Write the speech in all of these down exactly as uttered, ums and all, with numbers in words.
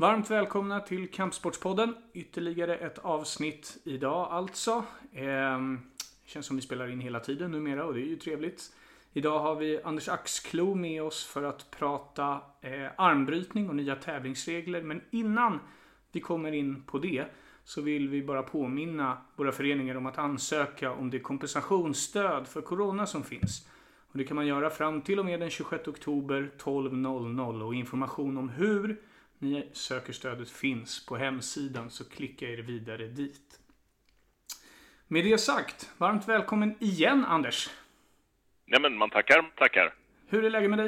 Varmt välkomna till Kampsportspodden. Ytterligare ett avsnitt idag alltså. Eh, känns som vi spelar in hela tiden numera och det är ju trevligt. Idag har vi Anders Axklo med oss för att prata eh, armbrytning och nya tävlingsregler. Men innan vi kommer in på det så vill vi bara påminna våra föreningar om att ansöka om det kompensationsstöd för corona som finns. Och det kan man göra fram till och med den tjugosjätte oktober tolv noll noll. Och information om hur ni söker stödet finns på hemsidan, så klicka er vidare dit. Med det sagt, varmt välkommen igen Anders. Nej men man tackar, tackar. Hur är läget med dig?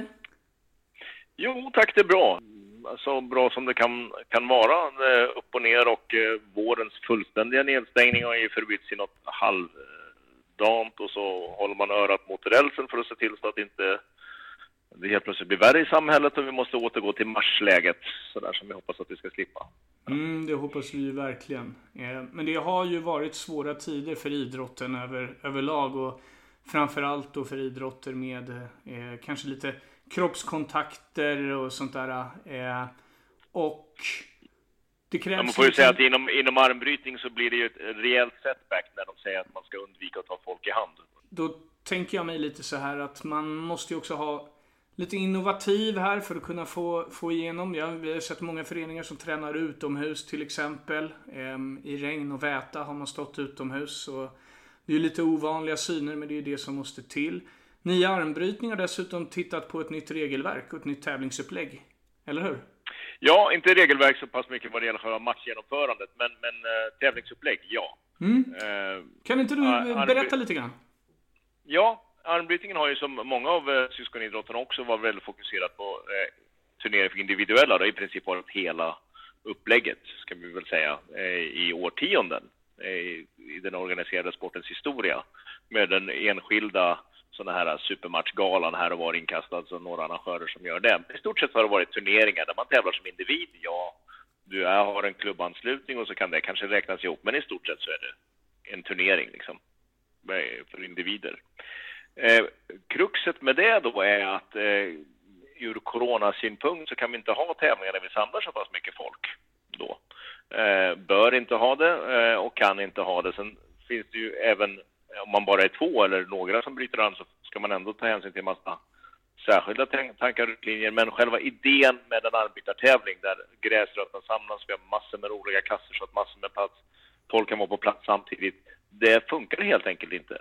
Jo tack, det är bra. Så bra som det kan, kan vara. Upp och ner, och eh, vårens fullständiga nedstängning har ju förbytts i något halvdant, och så håller man örat mot rälsen för att se till så att inte det helt plötsligt blir värre i samhället och vi måste återgå till marsläget, så där som vi hoppas att vi ska slippa. Mm, det hoppas vi ju verkligen. Eh, men det har ju varit svåra tider för idrotten över, överlag, och framförallt då för idrotter med eh, kanske lite kroppskontakter och sånt där. Eh, och det krävs... Ja, man får ju säga att inom, inom armbrytning så blir det ju ett rejält setback när de säger att man ska undvika att ta folk i hand. Då tänker jag mig lite så här att man måste ju också ha lite innovativ här för att kunna få, få igenom. Ja, vi har sett många föreningar som tränar utomhus till exempel. Ehm, I regn och väta har man stått utomhus. Och det är ju lite ovanliga syner, men det är det som måste till. Nya armbrytning har dessutom tittat på ett nytt regelverk och ett nytt tävlingsupplägg. Eller hur? Ja, inte regelverk så pass mycket vad det gäller själva matchgenomförandet, men, men äh, tävlingsupplägg, ja. Mm. Äh, kan inte du äh, berätta lite grann? Ja, armbrytningen har ju som många av eh, syskonidrotterna också varit väldigt fokuserat på eh, turneringar för individuella. Det har i princip varit hela upplägget, ska vi väl säga, eh, i årtionden eh, i den organiserade sportens historia. Med den enskilda såna här supermatchgalan här och var inkastad, så några arrangörer som gör det. I stort sett har det varit turneringar där man tävlar som individ. Ja, du är, har en klubbanslutning och så kan det kanske räknas ihop, men i stort sett så är det en turnering liksom för individer. Eh, kruxet med det då är att eh, ur coronasynpunkt så kan vi inte ha tävlingar där vi samlar så pass mycket folk då. Eh, bör inte ha det eh, och kan inte ha det. Sen finns det ju även, om man bara är två eller några som bryter an, så ska man ändå ta hänsyn till en massa särskilda tankar och riktlinjer. Men själva idén med en arbetartävling där gräsrötterna samlas, vi har massor med roliga klasser så att massor med plats, folk kan vara på plats samtidigt, det funkar helt enkelt inte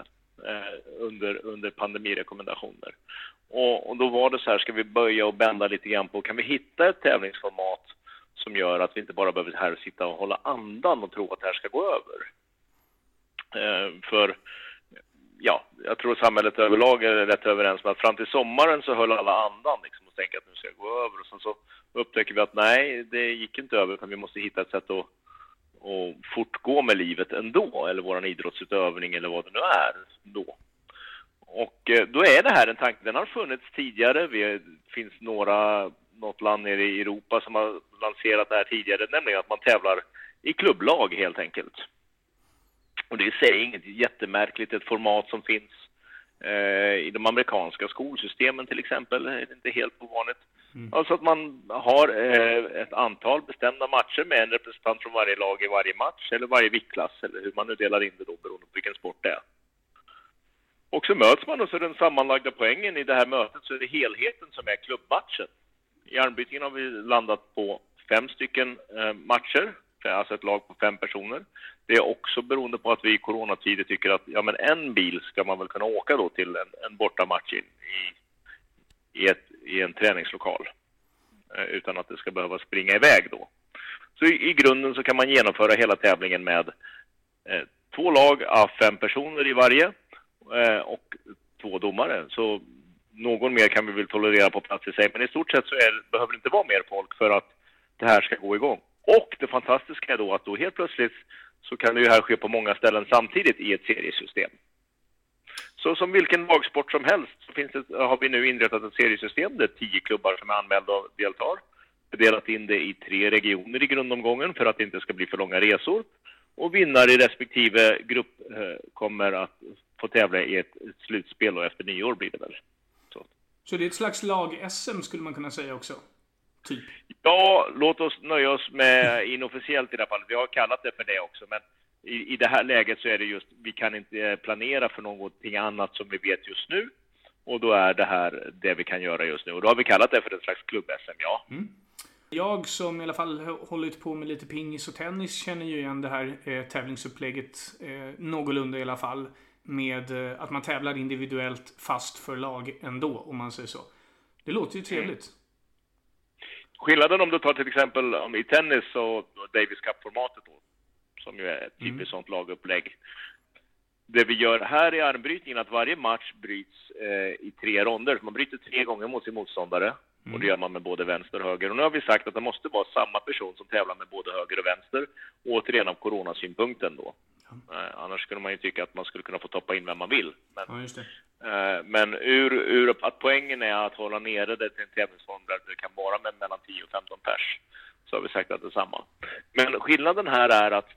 under, under pandemirekommendationer. Och, och då var det så här, ska vi börja och bända lite grann på, kan vi hitta ett tävlingsformat som gör att vi inte bara behöver här sitta och hålla andan och tro att det här ska gå över. Eh, för ja, jag tror samhället överlag är rätt överens med att fram till sommaren så höll alla andan liksom, och tänkte att nu ska det gå över, och sen så upptäcker vi att nej, det gick inte över, utan vi måste hitta ett sätt att och fortgå med livet ändå, eller våran idrottsutövning eller vad det nu är då. Och eh, då är det här en tanke, den har funnits tidigare. Det finns några, något land nere i Europa som har lanserat det här tidigare, nämligen att man tävlar i klubblag helt enkelt. Och det är sig inget jättemärkligt, ett format som finns eh, i de amerikanska skolsystemen till exempel, det är inte helt ovanligt. Mm. Alltså att man har eh, ett antal bestämda matcher med en representant från varje lag i varje match, eller varje viktklass, eller hur man nu delar in det då, beroende på vilken sport det är. Och så möts man, och så är den sammanlagda poängen i det här mötet, så är det helheten som är klubbmatchen. I armbrytningen har vi landat på fem stycken eh, matcher, alltså ett lag på fem personer. Det är också beroende på att vi i coronatider tycker att ja, men en bil ska man väl kunna åka då till en, en bortamatch in i, i, ett, i en träningslokal eh, utan att det ska behöva springa iväg då. Så i, i grunden så kan man genomföra hela tävlingen med eh, två lag av fem personer i varje eh, och två domare. Så någon mer kan vi väl tolerera på plats i sig, men i stort sett så är, behöver det inte vara mer folk för att det här ska gå igång. Och det fantastiska är då att då helt plötsligt så kan det ju här ske på många ställen samtidigt i ett seriesystem. Så som vilken lagsport som helst så finns det, har vi nu inrättat ett seriesystem där tio klubbar som är anmälda och deltar. Vi har delat in det i tre regioner i grundomgången för att det inte ska bli för långa resor. Och vinnare i respektive grupp eh, kommer att få tävla i ett, ett slutspel, och efter nyår blir det väl. Så, så det är ett slags lag-S M skulle man kunna säga också? Typ. Ja, låt oss nöja oss med inofficiellt i det här fallet. Vi har kallat det för det också, men i, i det här läget så är det just, vi kan inte planera för någonting annat som vi vet just nu. Och då är det här det vi kan göra just nu. Och då har vi kallat det för en slags klubb-S M, ja. Mm. Jag som i alla fall hållit på med lite pingis och tennis känner ju igen det här eh, tävlingsupplägget eh, någorlunda i alla fall. Med eh, att man tävlar individuellt fast för lag ändå, om man säger så. Det låter ju trevligt. Mm. Skillnaden om du tar till exempel om i tennis och Davis Cup-formatet då, som ju är ett typiskt mm. sånt lagupplägg. Det vi gör här i armbrytningen är att varje match bryts eh, i tre ronder. Man bryter tre gånger mot sin motståndare. Mm. Och det gör man med både vänster och höger. Och nu har vi sagt att det måste vara samma person som tävlar med både höger och vänster. Återigen av coronasynpunkten då. Ja. Eh, annars skulle man ju tycka att man skulle kunna få toppa in vem man vill. Men, ja, just det. Eh, men ur, ur att poängen är att hålla nere det till en tävlingsform där det kan vara med mellan tio och femton pers. Så har vi sagt att det är samma. Men skillnaden här är att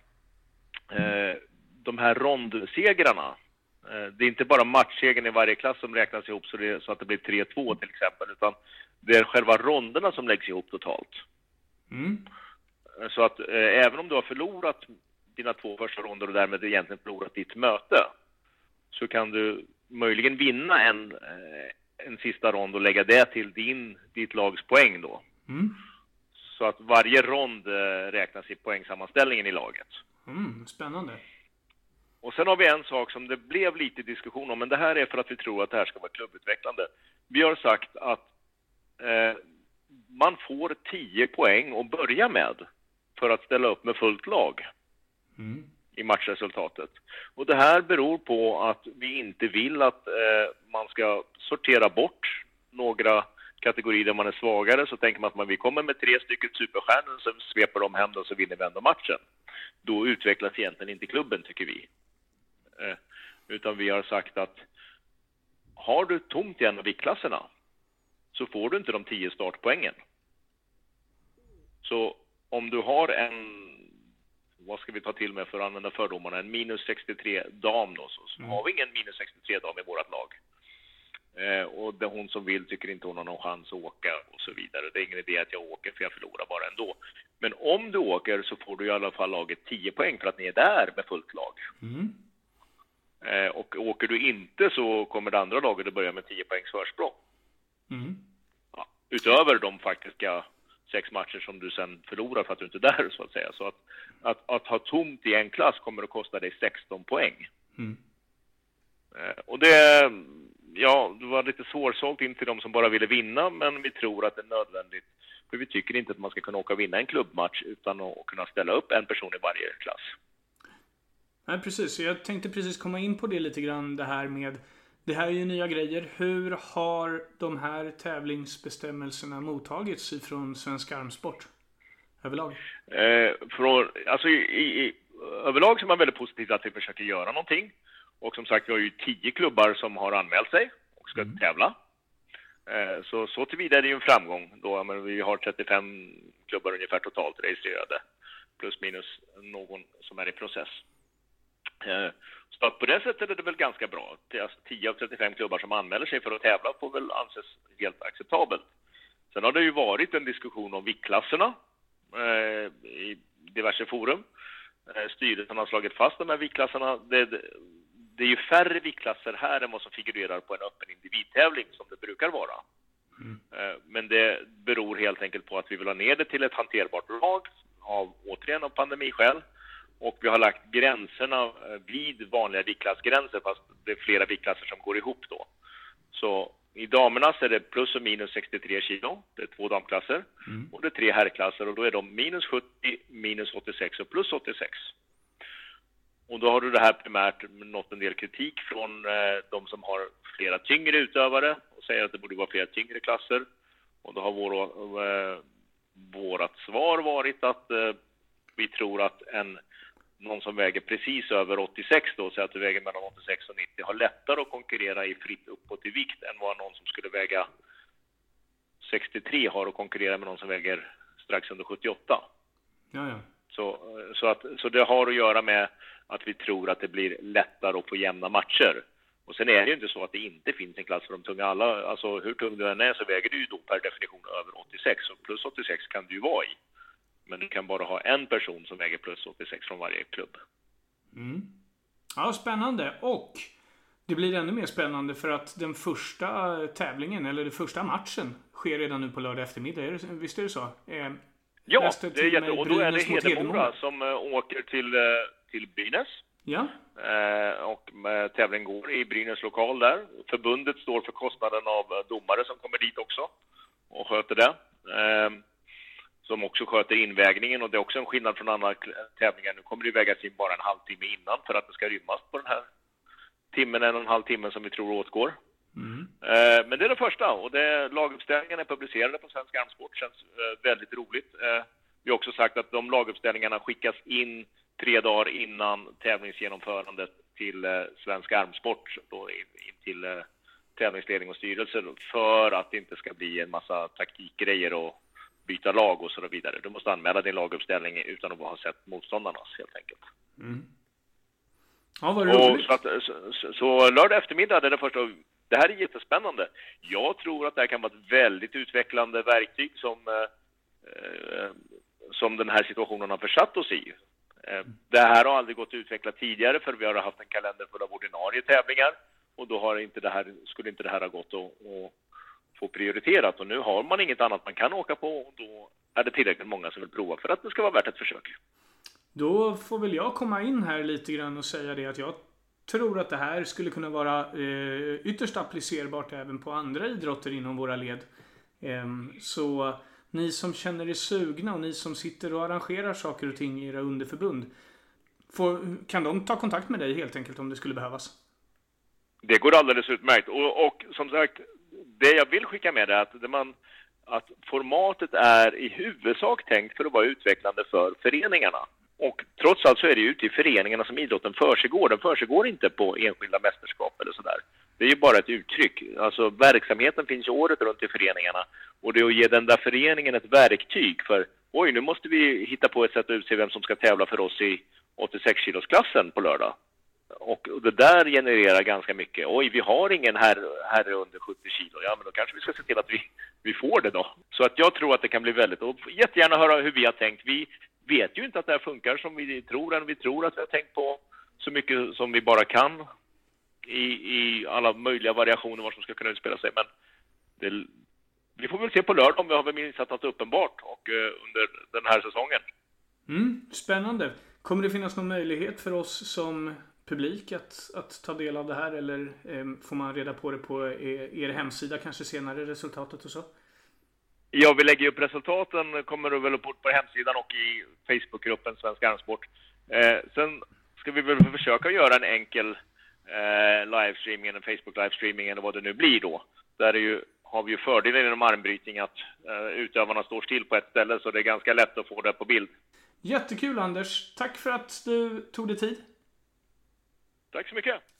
eh, de här rondsegrarna, eh, det är inte bara matchsegern i varje klass som räknas ihop så, det, så att det blir tre två till exempel, utan det är själva ronderna som läggs ihop totalt. Mm. Så att eh, även om du har förlorat dina två första ronder och därmed egentligen förlorat ditt möte, så kan du möjligen vinna en, eh, en sista rond och lägga det till din, ditt lags poäng då. Mm. Så att varje rond eh, räknas i poängsammanställningen i laget. Mm, spännande. Och sen har vi en sak som det blev lite diskussion om, men det här är för att vi tror att det här ska vara klubbutvecklande. Vi har sagt att eh, man får tio poäng att börja med för att ställa upp med fullt lag mm. i matchresultatet. Och det här beror på att vi inte vill att eh, man ska sortera bort några kategorier där man är svagare. Så tänker man att man, vi kommer med tre stycken superstjärnor, så sveper de hem och så vinner vi ändå matchen. Då utvecklas egentligen inte klubben, tycker vi. Eh, utan vi har sagt att har du tomt i en av viktklasserna så får du inte de tio startpoängen. Så om du har en, vad ska vi ta till med för att använda fördomarna, en minus sextiotre dam då, så, så mm. har vi ingen minus sextiotre dam i vårat lag. Eh, och det hon som vill tycker inte hon har någon chans att åka och så vidare. Det är ingen idé att jag åker för jag förlorar bara ändå. Men om du åker så får du i alla fall laget tio poäng för att ni är där med fullt lag. Mm. Eh, och åker du inte så kommer det andra laget att börja med tio poängs försprång. Mm. Ja, utöver de faktiska sex matcher som du sen förlorar för att du inte är där, så att säga. Så att, att, att ha tomt i en klass kommer att kosta dig sexton poäng. Mm. Eh, och det, ja, det var lite svårsålt in till de som bara ville vinna, men vi tror att det är nödvändigt. För vi tycker inte att man ska kunna åka och vinna en klubbmatch utan att kunna ställa upp en person i varje klass. Nej, precis. Jag tänkte precis komma in på det lite grann, det här med, det här är ju nya grejer. Hur har de här tävlingsbestämmelserna mottagits från Svensk Armsport överlag? Eh, från, alltså i, i, överlag så är man väldigt positiv att vi försöker göra någonting. Och som sagt, vi har ju tio klubbar som har anmält sig och ska mm. tävla. Eh, så, så tillvida är det ju en framgång då. Men vi har trettiofem klubbar ungefär totalt registrerade. Plus minus någon som är i process. Eh, så att på det sättet är det väl ganska bra. Alltså tio av trettiofem klubbar som anmäler sig för att tävla får väl anses helt acceptabelt. Sen har det ju varit en diskussion om viktklasserna eh, i diverse forum. Eh, styrelsen har slagit fast de här viktklasserna. Det, det, det är ju färre viktklasser här än vad som figurerar på en öppen individtävling som det brukar vara. Mm. Eh, men det beror helt enkelt på att vi vill ha ner det till ett hanterbart lag av, återigen av pandemiskäl. Och vi har lagt gränserna vid vanliga viktklassgränser, fast det är flera viktklasser som går ihop då. Så i damerna så är det plus och minus sextiotre kilo, det är två damklasser. Mm. Och det är tre herrklasser och då är de minus sjuttio, minus åttiosex och plus åttiosex. Och då har du det här primärt nått en del kritik från eh, de som har flera tyngre utövare och säger att det borde vara flera tyngre klasser. Och då har vår, eh, vårat svar varit att eh, vi tror att en någon som väger precis över åttiosex då, så att du väger mellan åttiosex och nittio, har lättare att konkurrera i fritt uppåt i vikt än vad någon som skulle väga sextiotre har att konkurrera med någon som väger strax under sjuttioåtta. Ja, ja. Så, så, att, så det har att göra med att vi tror att det blir lättare att få jämna matcher. Och sen är det ju inte så att det inte finns en klass för de tunga. Alla, alltså hur tung du än är så väger du ju då per definition över åttiosex. Och plus åttiosex kan du ju vara i. Men du kan bara ha en person som väger plus åttiosex från varje klubb. Mm. Ja, spännande. Och det blir ännu mer spännande för att den första tävlingen, eller den första matchen, sker redan nu på lördag eftermiddag. Är det, visst är det så? Eh, ja, det är jätte... Och då är det Hedemora som äh, åker till, äh, till Brynäs. Ja. Eh, och med tävling går i Brynäs lokal där. Förbundet står för kostnaden av domare som kommer dit också och sköter det. Eh, som också sköter invägningen, och det är också en skillnad från andra tävlingar. Nu kommer det vägas in bara en halvtimme innan för att det ska rymmas på den här timmen, en och en halv timme som vi tror åtgår. Mm. Eh, men det är det första, och det, laguppställningarna är publicerade på Svensk Armsport. Känns eh, väldigt roligt. Eh, vi har också sagt att de laguppställningarna skickas in tre dagar innan tävlingsgenomförandet till eh, Svensk Armsport, då in, in till eh, tävlingsledning och styrelse, för att det inte ska bli en massa taktikgrejer och byta lag och så vidare. Du måste anmäla din laguppställning utan att ha sett motståndarnas, helt enkelt. Mm. Ja, vad roligt. Så, att, så, så, så lördag eftermiddag, det är det första. Det här är jättespännande. Jag tror att det här kan vara ett väldigt utvecklande verktyg som, eh, som den här situationen har försatt oss i. Eh, det här har aldrig gått att utveckla tidigare, för vi har haft en kalender full av ordinarie tävlingar, och då har inte det här, skulle inte det här ha gått att, att få prioriterat. Och nu har man inget annat man kan åka på, och då är det tillräckligt många som vill prova för att det ska vara värt ett försök. Då får väl jag komma in här lite grann och säga det att jag tror att det här skulle kunna vara eh, ytterst applicerbart även på andra idrotter inom våra led. Eh, så ni som känner er sugna och ni som sitter och arrangerar saker och ting i era underförbund, får, kan de ta kontakt med dig helt enkelt om det skulle behövas? Det går alldeles utmärkt. Och, och som sagt, det jag vill skicka med är att, det man, att formatet är i huvudsak tänkt för att vara utvecklande för föreningarna. Och trots allt så är det ute i föreningarna som idrotten försiggår. Den försiggår inte på enskilda mästerskap eller sådär. Det är ju bara ett uttryck. Alltså verksamheten finns året runt i föreningarna. Och det är att ge den där föreningen ett verktyg för, oj, nu måste vi hitta på ett sätt att utse vem som ska tävla för oss i åttiosex kilosklassen på lördag. Och det där genererar ganska mycket. Oj, vi har ingen herre, herre under sjuttio kilo. Ja, men då kanske vi ska se till att vi, vi får det då. Så att jag tror att det kan bli väldigt... Och jättegärna höra hur vi har tänkt. Vi vet ju inte att det här funkar som vi tror, än vi tror att vi har tänkt på så mycket som vi bara kan i, i alla möjliga variationer vad som ska kunna utspela sig. Men det, vi får väl se på lördag om vi har missat något uppenbart och, uh, under den här säsongen. Mm, spännande. Kommer det finnas någon möjlighet för oss som publik att, att ta del av det här, eller eh, får man reda på det på er, er hemsida kanske senare, resultatet och så? Ja, vi lägger upp resultaten, kommer du väl upp på hemsidan och i Facebookgruppen Svensk Armsport. Eh, sen ska vi väl försöka göra en enkel eh, livestreaming, en Facebook livestreaming eller vad det nu blir då. Där är ju, har vi ju fördelen inom armbrytning att eh, utövarna står still på ett ställe, så det är ganska lätt att få det på bild. Jättekul, Anders. Tack för att du tog dig tid. Tack så mycket.